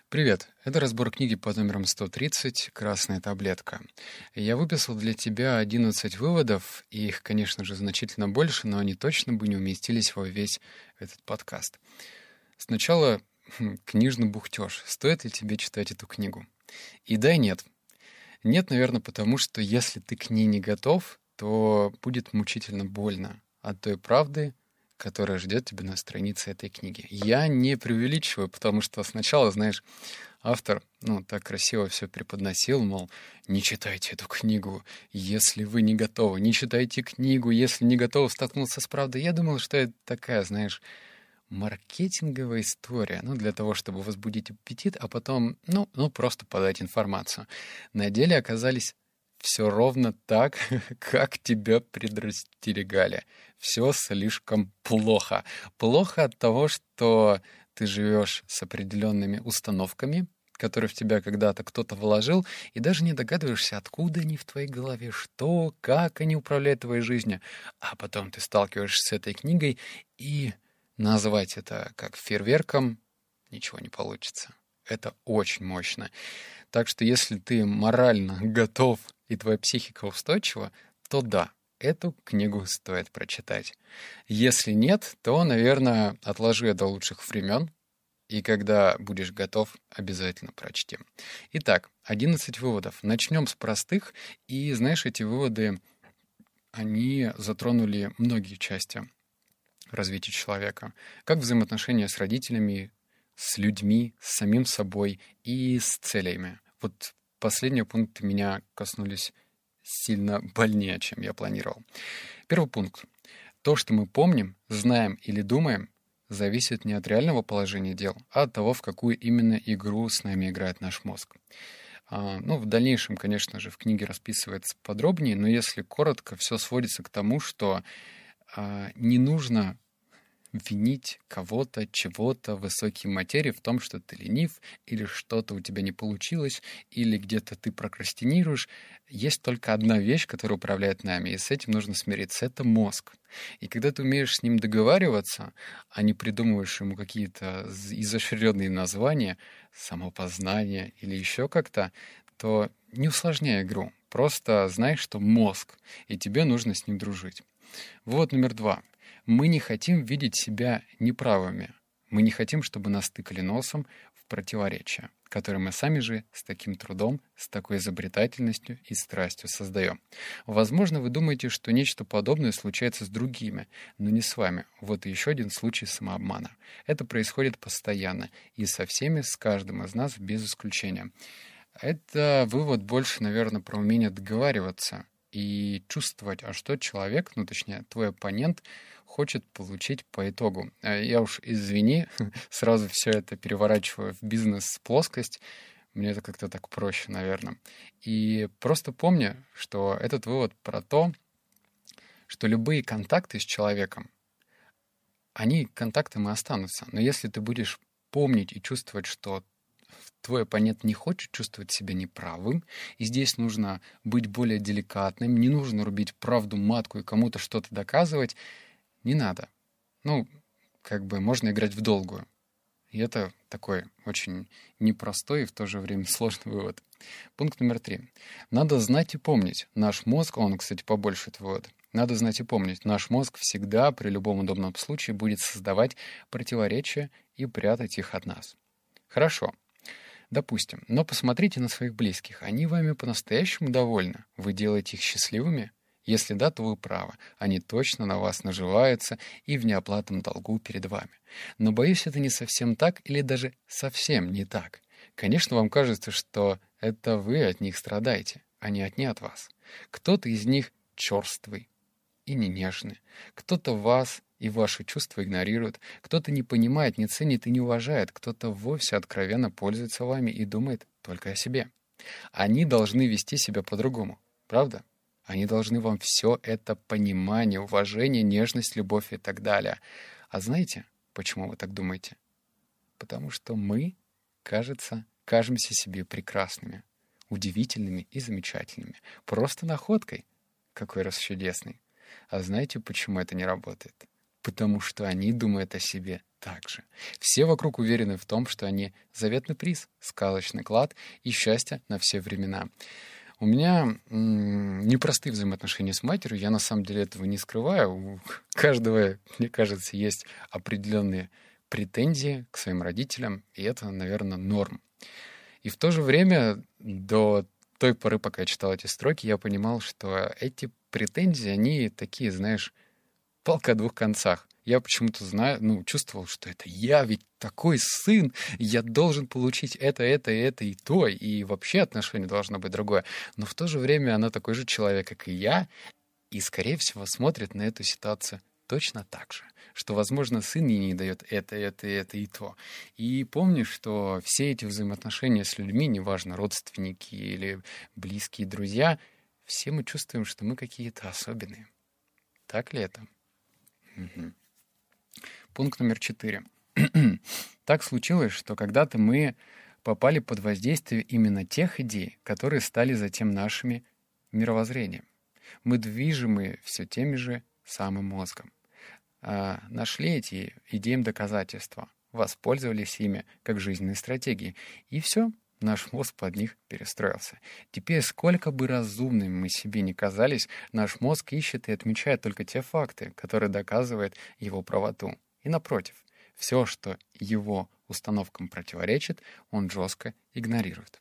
Привет, это разбор книги под номером 130 «Красная таблетка». Я выписал для тебя 11 выводов, и их, конечно же, значительно больше, но они точно бы не уместились во весь этот подкаст. Сначала книжный бухтеж. Стоит ли тебе читать эту книгу? И да, и нет. Нет, наверное, потому что если ты к ней не готов, то будет мучительно больно от той правды, которая ждет тебя на странице этой книги. Я не преувеличиваю, потому что сначала, знаешь, автор, так красиво все преподносил, мол, не читайте эту книгу, если вы не готовы, не читайте книгу, если не готовы столкнуться с правдой. Я думал, что это такая, знаешь, маркетинговая история, для того, чтобы возбудить аппетит, а потом, просто подать информацию. На деле оказались все ровно так, как тебя предрастерегали. Все слишком плохо. Плохо от того, что ты живешь с определенными установками, которые в тебя когда-то кто-то вложил, и даже не догадываешься, откуда они в твоей голове, что, как они управляют твоей жизнью. А потом ты сталкиваешься с этой книгой, и назвать это как фейерверком ничего не получится. Это очень мощно. Так что если ты морально готов и твоя психика устойчива, то да, эту книгу стоит прочитать. Если нет, то, наверное, отложи до лучших времен, и когда будешь готов, обязательно прочти. Итак, 11 выводов. Начнем с простых, и, знаешь, эти выводы, они затронули многие части развития человека. Как взаимоотношения с родителями, с людьми, с самим собой и с целями. Вот последние пункты меня коснулись сильно больнее, чем я планировал. Первый пункт. То, что мы помним, знаем или думаем, зависит не от реального положения дел, а от того, в какую именно игру с нами играет наш мозг. В дальнейшем, конечно же, в книге расписывается подробнее, но если коротко, все сводится к тому, что не нужно винить кого-то, чего-то в высокой материи в том, что ты ленив, или что-то у тебя не получилось, или где-то ты прокрастинируешь. Есть только одна вещь, которая управляет нами, и с этим нужно смириться. Это мозг. И когда ты умеешь с ним договариваться, а не придумываешь ему какие-то изощренные названия, самопознание или еще как-то, то не усложняй игру. Просто знай, что мозг, и тебе нужно с ним дружить. Вывод номер 2. Мы не хотим видеть себя неправыми. Мы не хотим, чтобы нас тыкали носом в противоречия, которые мы сами же с таким трудом, с такой изобретательностью и страстью создаем. Возможно, вы думаете, что нечто подобное случается с другими, но не с вами. Вот и еще один случай самообмана. Это происходит постоянно и со всеми, с каждым из нас без исключения. Это вывод больше, наверное, про умение договариваться и чувствовать, а что человек, точнее, твой оппонент хочет получить по итогу. Я уж, извини, сразу все это переворачиваю в бизнес-плоскость. Мне это как-то так проще, наверное. И просто помни, что этот вывод про то, что любые контакты с человеком, они контактами останутся. Но если ты будешь помнить и чувствовать, что твой оппонент не хочет чувствовать себя неправым, и здесь нужно быть более деликатным, не нужно рубить правду матку и кому-то что-то доказывать, не надо. Можно играть в долгую. И это такой очень непростой и в то же время сложный вывод. Пункт номер 3. Надо знать и помнить. Наш мозг, он, кстати, побольше этого вывода. Надо знать и помнить. Наш мозг всегда при любом удобном случае будет создавать противоречия и прятать их от нас. Хорошо. Допустим, но посмотрите на своих близких. Они вами по-настоящему довольны? Вы делаете их счастливыми? Если да, то вы правы. Они точно на вас наживаются и в неоплатном долгу перед вами. Но, боюсь, это не совсем так или даже совсем не так. Конечно, вам кажется, что это вы от них страдаете, а не они от вас. Кто-то из них черствый и не нежный. Кто-то вас и ваши чувства игнорирует. Кто-то не понимает, не ценит и не уважает. Кто-то вовсе откровенно пользуется вами и думает только о себе. Они должны вести себя по-другому. Правда? Они должны вам все это понимание, уважение, нежность, любовь и так далее. А знаете, почему вы так думаете? Потому что мы, кажемся себе прекрасными, удивительными и замечательными. Просто находкой. Какой раз чудесный. А знаете, почему это не работает? Потому что они думают о себе так же. Все вокруг уверены в том, что они заветный приз, сказочный клад и счастье на все времена. У меня непростые взаимоотношения с матерью, я на самом деле этого не скрываю. У каждого, мне кажется, есть определенные претензии к своим родителям, и это, наверное, норм. И в то же время до той поры, пока я читал эти строки, я понимал, что эти претензии, они такие, знаешь, палка о двух концах. Я почему-то чувствовал, что это я ведь такой сын, я должен получить это и то, и вообще отношение должно быть другое. Но в то же время она такой же человек, как и я, и, скорее всего, смотрит на эту ситуацию точно так же, что, возможно, сын ей не дает это и то. И помню, что все эти взаимоотношения с людьми, неважно, родственники или близкие друзья, все мы чувствуем, что мы какие-то особенные. Так ли это? Мгм. Пункт номер 4. Так случилось, что когда-то мы попали под воздействие именно тех идей, которые стали затем нашими мировоззрением. Мы движимы все теми же самым мозгом. Нашли эти идеям доказательства, воспользовались ими как жизненной стратегией. И все, наш мозг под них перестроился. Теперь, сколько бы разумными мы себе ни казались, наш мозг ищет и отмечает только те факты, которые доказывают его правоту. И напротив, все, что его установкам противоречит, он жестко игнорирует.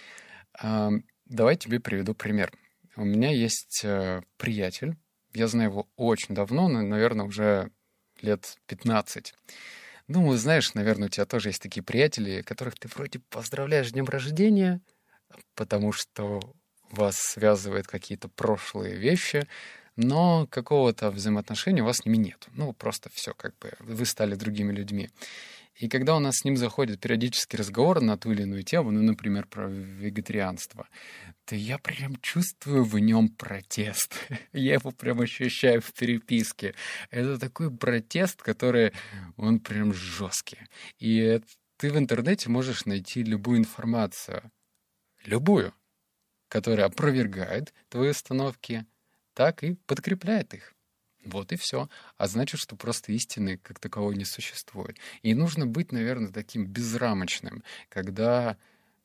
Давай тебе приведу пример. У меня есть приятель, я знаю его очень давно, наверное, уже лет 15. Думаю, знаешь, наверное, у тебя тоже есть такие приятели, которых ты вроде поздравляешь с днем рождения, потому что вас связывают какие-то прошлые вещи, но какого-то взаимоотношения у вас с ними нет. Просто все, вы стали другими людьми. И когда у нас с ним заходит периодический разговор на ту или иную тему, например, про вегетарианство, то я прям чувствую в нем протест. Я его прям ощущаю в переписке. Это такой протест, он прям жесткий. И ты в интернете можешь найти любую информацию, любую, которая опровергает твои установки, так и подкрепляет их. Вот и все. А значит, что просто истины как таковой не существует. И нужно быть, наверное, таким безрамочным, когда,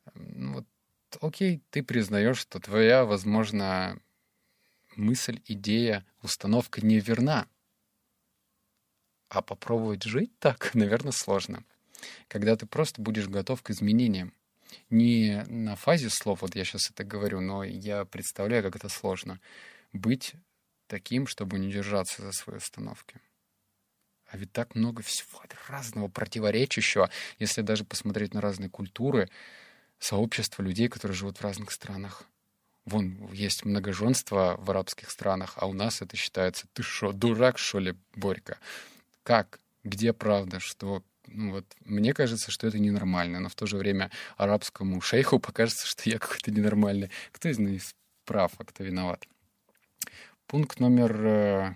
окей, ты признаешь, что твоя, возможно, мысль, идея, установка неверна. А попробовать жить так, наверное, сложно. Когда ты просто будешь готов к изменениям. Не на фазе слов, вот я сейчас это говорю, но я представляю, как это сложно. Быть таким, чтобы не держаться за свои установки. А ведь так много всего разного противоречащего, если даже посмотреть на разные культуры, сообщества людей, которые живут в разных странах. Вон, есть многоженство в арабских странах, а у нас это считается, ты шо, дурак, что ли, Борька? Как? Где правда? Что? Мне кажется, что это ненормально, но в то же время арабскому шейху покажется, что я какой-то ненормальный. Кто из нас прав, а кто виноват? Пункт номер...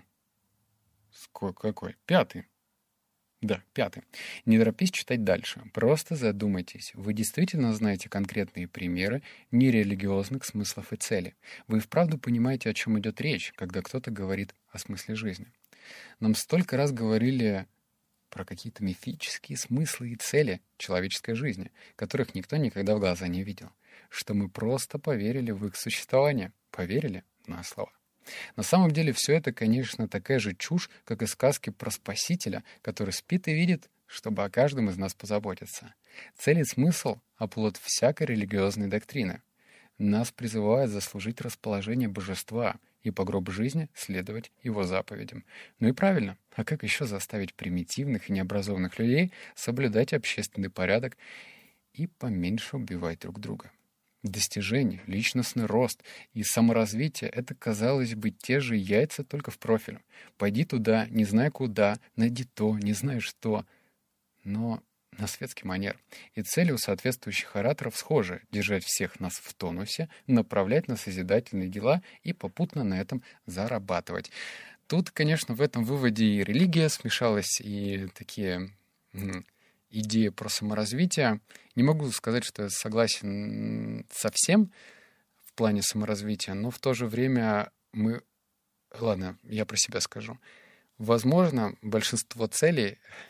какой? 5. Да, 5. Не торопись читать дальше. Просто задумайтесь. Вы действительно знаете конкретные примеры нерелигиозных смыслов и целей. Вы вправду понимаете, о чем идет речь, когда кто-то говорит о смысле жизни. Нам столько раз говорили про какие-то мифические смыслы и цели человеческой жизни, которых никто никогда в глаза не видел, что мы просто поверили в их существование. Поверили на слова. На самом деле все это, конечно, такая же чушь, как и сказки про Спасителя, который спит и видит, чтобы о каждом из нас позаботиться. Цель и смысл — оплот всякой религиозной доктрины. Нас призывают заслужить расположение божества и по гроб жизни следовать его заповедям. И правильно, а как еще заставить примитивных и необразованных людей соблюдать общественный порядок и поменьше убивать друг друга? Достижение, личностный рост и саморазвитие — это, казалось бы, те же яйца, только в профиль. Пойди туда, не знай куда, найди то, не знай что. Но на светский манер. И цели у соответствующих ораторов схожи — держать всех нас в тонусе, направлять на созидательные дела и попутно на этом зарабатывать. Тут, конечно, в этом выводе и религия смешалась, и такие идеи про саморазвитие. Не могу сказать, что я согласен совсем в плане саморазвития, но в то же время Ладно, я про себя скажу. Возможно, большинство целей,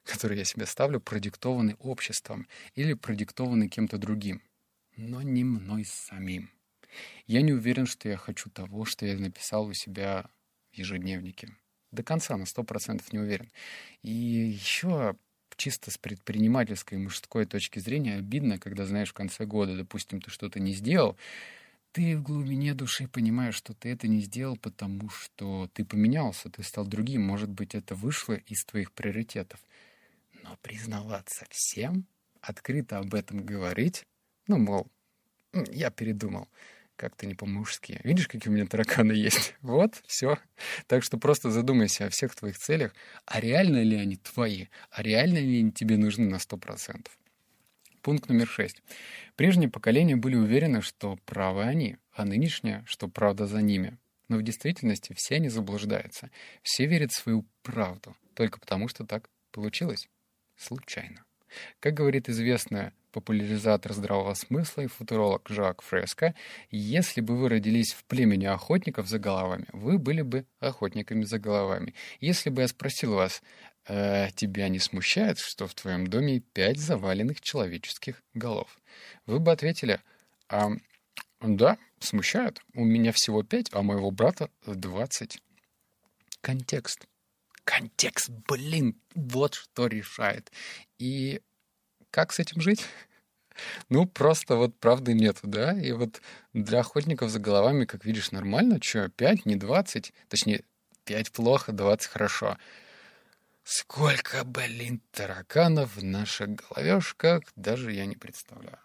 которые я себе ставлю, продиктованы обществом или продиктованы кем-то другим, но не мной самим. Я не уверен, что я хочу того, что я написал у себя в ежедневнике. До конца на 100% не уверен. И еще чисто с предпринимательской мужской точки зрения обидно, когда, знаешь, в конце года, допустим, ты что-то не сделал, ты в глубине души понимаешь, что ты это не сделал, потому что ты поменялся, ты стал другим. Может быть, это вышло из твоих приоритетов. Но признаваться всем, открыто об этом говорить, мол, я передумал. Как-то не по-мужски. Видишь, какие у меня тараканы есть? Вот, все. Так что просто задумайся о всех твоих целях. А реально ли они твои? А реально ли они тебе нужны на 100%? Пункт номер 6. Прежние поколения были уверены, что правы они, а нынешнее, что правда за ними. Но в действительности все они заблуждаются. Все верят в свою правду, только потому, что так получилось. Случайно. Как говорит известный популяризатор здравого смысла и футуролог Жак Фреско, если бы вы родились в племени охотников за головами, вы были бы охотниками за головами. Если бы я спросил вас, тебя не смущает, что в твоем доме 5 заваленных человеческих голов? Вы бы ответили, да, смущает. У меня всего 5, а моего брата 20. Контекст. Контекст, вот что решает. И как с этим жить? Просто вот правды нету, да? И вот для охотников за головами, как видишь, нормально. Чё, 5, не 20? Точнее, 5 плохо, 20 хорошо. Сколько, тараканов в наших головешках, даже я не представляю.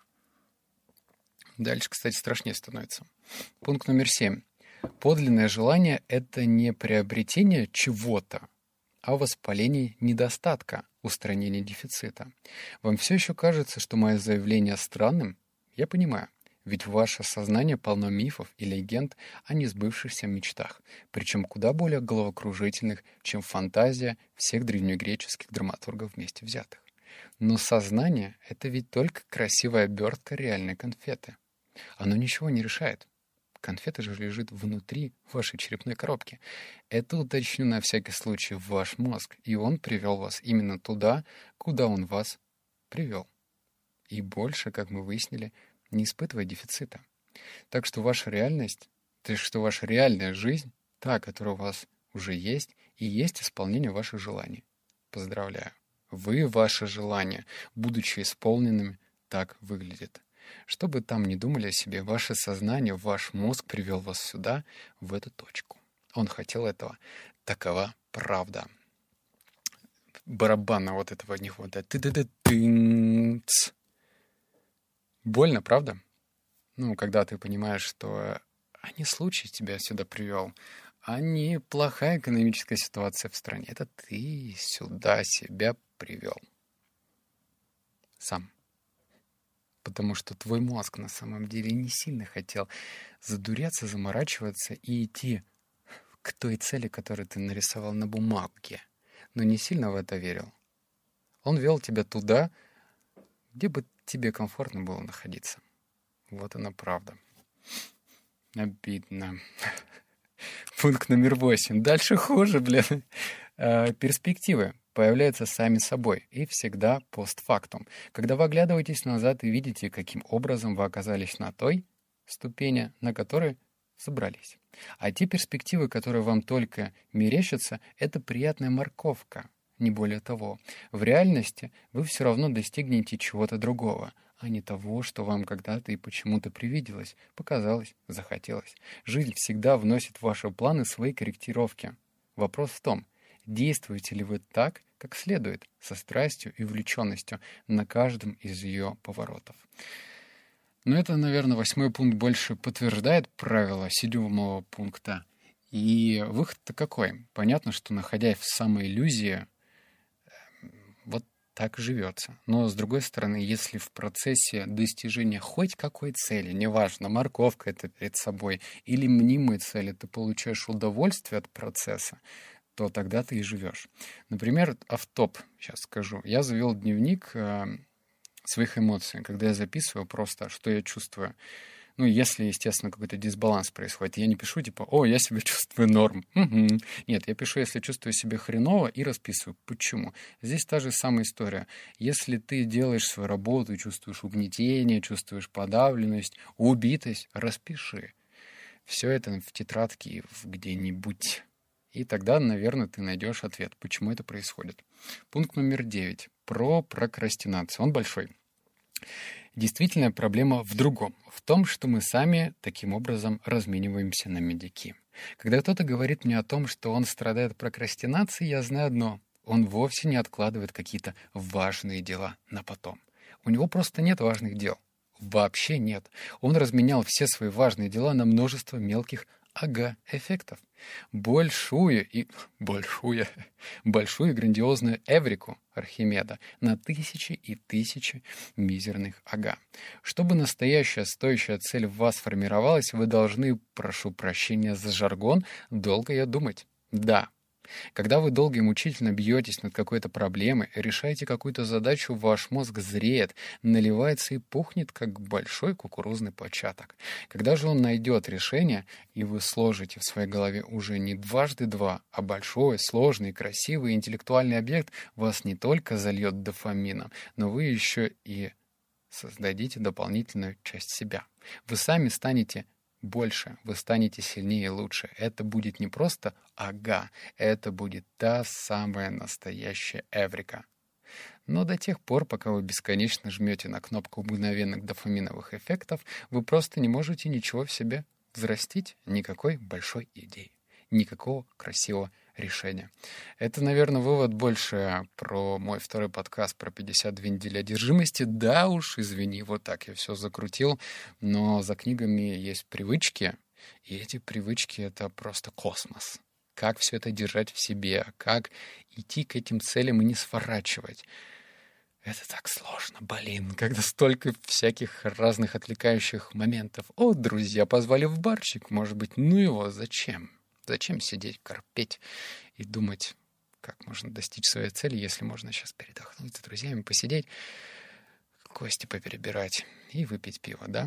Дальше, кстати, страшнее становится. Пункт номер 7. Подлинное желание — это не приобретение чего-то, а воспаление недостатка, устранение дефицита. Вам все еще кажется, что мое заявление странным? Я понимаю, ведь ваше сознание полно мифов и легенд о несбывшихся мечтах, причем куда более головокружительных, чем фантазия всех древнегреческих драматургов вместе взятых. Но сознание — это ведь только красивая обертка реальной конфеты. Оно ничего не решает. Конфета же лежит внутри вашей черепной коробки. Это, уточню на всякий случай, ваш мозг, и он привел вас именно туда, куда он вас привел. И больше, как мы выяснили, не испытывая дефицита. Так что ваша реальность, ваша реальная жизнь, та, которая у вас уже есть, и есть исполнение ваших желаний. Поздравляю. Вы, ваше желание, будучи исполненными, так выглядит. Что бы там ни думали о себе, ваше сознание, ваш мозг привел вас сюда, в эту точку. Он хотел этого. Такова правда. Барабана вот этого не хватает. Ты-ты-ты-тынц. Больно, правда? Когда ты понимаешь, что не случай тебя сюда привел, а не плохая экономическая ситуация в стране. Это ты сюда себя привел. Сам. Потому что твой мозг на самом деле не сильно хотел задуряться, заморачиваться и идти к той цели, которую ты нарисовал на бумаге, но не сильно в это верил. Он вел тебя туда, где бы тебе комфортно было находиться. Вот она правда. Обидно. Пункт номер 8. Дальше хуже, перспективы появляются сами собой и всегда постфактум. Когда вы оглядываетесь назад и видите, каким образом вы оказались на той ступени, на которой собрались. А те перспективы, которые вам только мерещатся, это приятная морковка, не более того. В реальности вы все равно достигнете чего-то другого, а не того, что вам когда-то и почему-то привиделось, показалось, захотелось. Жизнь всегда вносит в ваши планы свои корректировки. Вопрос в том, действуете ли вы так, как следует, со страстью и увлеченностью на каждом из ее поворотов. Но это, наверное, 8 пункт больше подтверждает правило 7 пункта. И выход-то какой? Понятно, что, находясь в самоиллюзии, вот так живется. Но, с другой стороны, если в процессе достижения хоть какой цели, неважно, морковка это перед собой или мнимой цели, ты получаешь удовольствие от процесса, то тогда ты и живешь. Например, офф-топ, сейчас скажу. Я завел дневник своих эмоций, когда я записываю просто, что я чувствую. Ну, если, естественно, какой-то дисбаланс происходит. Я не пишу, типа, о, я себя чувствую норм. Мгм. Нет, я пишу, если чувствую себя хреново, и расписываю. Почему? Здесь та же самая история. Если ты делаешь свою работу и чувствуешь угнетение, чувствуешь подавленность, убитость, распиши. Все это в тетрадке где-нибудь. И тогда, наверное, ты найдешь ответ, почему это происходит. Пункт номер 9. Про прокрастинацию. Он большой. Действительная проблема в другом. В том, что мы сами таким образом размениваемся на медики. Когда кто-то говорит мне о том, что он страдает прокрастинацией, я знаю одно. Он вовсе не откладывает какие-то важные дела на потом. У него просто нет важных дел. Вообще нет. Он разменял все свои важные дела на множество мелких ага-эффектов. Большую и грандиозную эврику Архимеда на тысячи и тысячи мизерных ага. Чтобы настоящая стоящая цель в вас формировалась, вы должны, прошу прощения за жаргон, долго ее думать. Да. Когда вы долго и мучительно бьетесь над какой-то проблемой, решаете какую-то задачу, ваш мозг зреет, наливается и пухнет, как большой кукурузный початок. Когда же он найдет решение, и вы сложите в своей голове уже не дважды два, а большой, сложный, красивый интеллектуальный объект, вас не только зальет дофамином, но вы еще и создадите дополнительную часть себя. Вы сами станете больше, вы станете сильнее и лучше. Это будет не просто ага, это будет та самая настоящая эврика. Но до тех пор, пока вы бесконечно жмете на кнопку мгновенных дофаминовых эффектов, вы просто не можете ничего в себе взрастить, никакой большой идеи, никакого красивого решения. Это, наверное, вывод больше про мой второй подкаст про 52 недели одержимости. Да уж, извини, вот так я все закрутил, но за книгами есть привычки, и эти привычки — это просто космос. Как все это держать в себе, как идти к этим целям и не сворачивать. Это так сложно, блин, когда столько всяких разных отвлекающих моментов. О, друзья, позвали в барчик, может быть, ну его, зачем? Зачем сидеть, корпеть и думать, как можно достичь своей цели, если можно сейчас передохнуть с друзьями, посидеть, кости поперебирать и выпить пиво, да?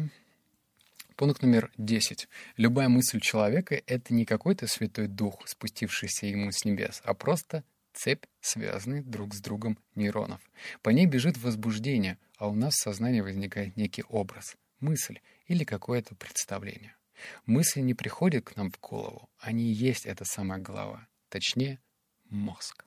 Пункт номер 10. Любая мысль человека — это не какой-то святой дух, спустившийся ему с небес, а просто цепь, связанных друг с другом нейронов. По ней бежит возбуждение, а у нас в сознании возникает некий образ, мысль или какое-то представление. Мысли не приходят к нам в голову, они и есть эта самая голова, точнее, мозг.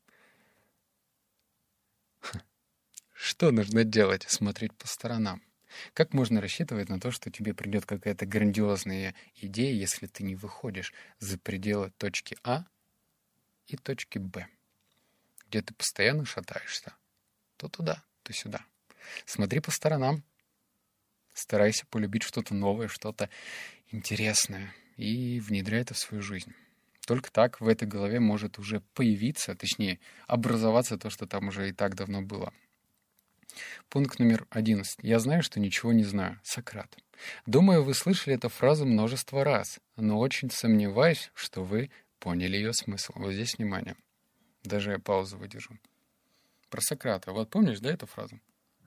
Что нужно делать? Смотреть по сторонам. Как можно рассчитывать на то, что тебе придет какая-то грандиозная идея, если ты не выходишь за пределы точки А и точки Б, где ты постоянно шатаешься? То туда, то сюда. Смотри по сторонам. Старайся полюбить что-то новое, что-то интересное и внедряй это в свою жизнь. Только так в этой голове может уже появиться, точнее, образоваться то, что там уже и так давно было. Пункт номер 11. Я знаю, что ничего не знаю. Сократ. Думаю, вы слышали эту фразу множество раз, но очень сомневаюсь, что вы поняли ее смысл. Вот здесь внимание. Даже я паузу выдержу. Про Сократа. Вот помнишь, да, эту фразу?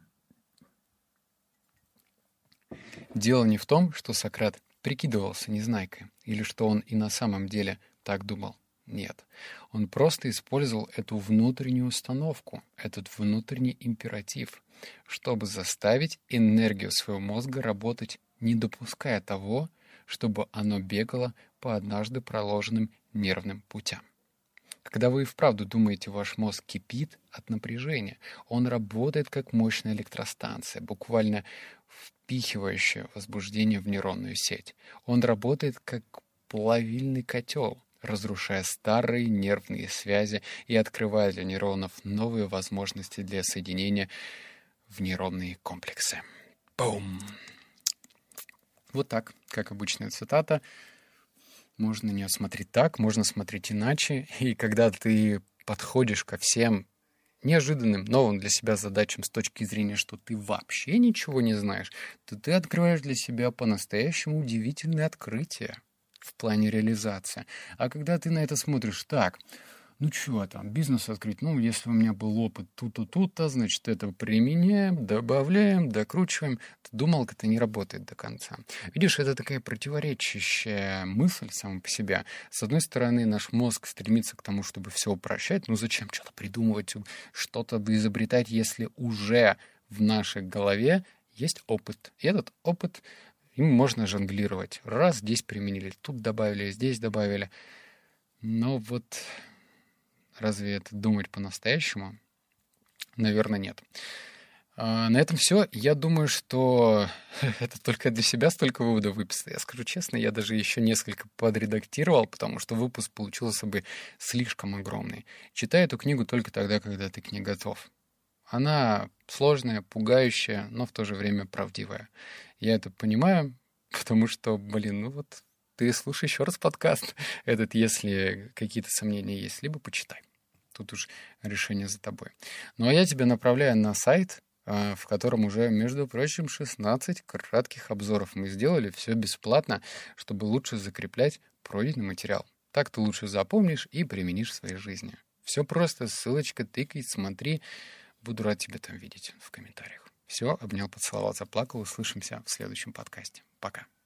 Дело не в том, что Сократ прикидывался незнайкой, или что он и на самом деле так думал. Нет. Он просто использовал эту внутреннюю установку, этот внутренний императив, чтобы заставить энергию своего мозга работать, не допуская того, чтобы оно бегало по однажды проложенным нервным путям. Когда вы и вправду думаете, ваш мозг кипит от напряжения. Он работает как мощная электростанция, буквально впихивающая возбуждение в нейронную сеть. Он работает как плавильный котел, разрушая старые нервные связи и открывая для нейронов новые возможности для соединения в нейронные комплексы. Бум! Вот так, как обычная цитата. Можно на нее смотреть так, можно смотреть иначе. И когда ты подходишь ко всем неожиданным, новым для себя задачам с точки зрения, что ты вообще ничего не знаешь, то ты открываешь для себя по-настоящему удивительные открытия в плане реализации. А когда ты на это смотришь так, Ну чё там, бизнес открыть? Ну, если у меня был опыт тут-то, тут-то, значит, это применяем, добавляем, докручиваем. Думалка это не работает до конца. Видишь, это такая противоречащая мысль сама по себе. С одной стороны, наш мозг стремится к тому, чтобы все упрощать. Ну зачем что-то придумывать, что-то доизобретать, если уже в нашей голове есть опыт. И этот опыт, им можно жонглировать. Раз, здесь применили, тут добавили, здесь добавили. Но вот разве это думать по-настоящему? Наверное, нет. На этом все. Я думаю, что это только для себя столько выводов выписал. Я скажу честно, я даже еще несколько подредактировал, потому что выпуск получился бы слишком огромный. Читай эту книгу только тогда, когда ты к ней готов. Она сложная, пугающая, но в то же время правдивая. Я это понимаю, потому что, ну вот, ты слушай еще раз подкаст этот, если какие-то сомнения есть, либо почитай. Тут уж решение за тобой. Ну а я тебя направляю на сайт, в котором уже, между прочим, 16 кратких обзоров мы сделали. Все бесплатно, чтобы лучше закреплять пройденный материал. Так ты лучше запомнишь и применишь в своей жизни. Все просто, ссылочка, тыкай, смотри. Буду рад тебя там видеть в комментариях. Все, обнял, поцеловал, заплакал. Услышимся в следующем подкасте. Пока.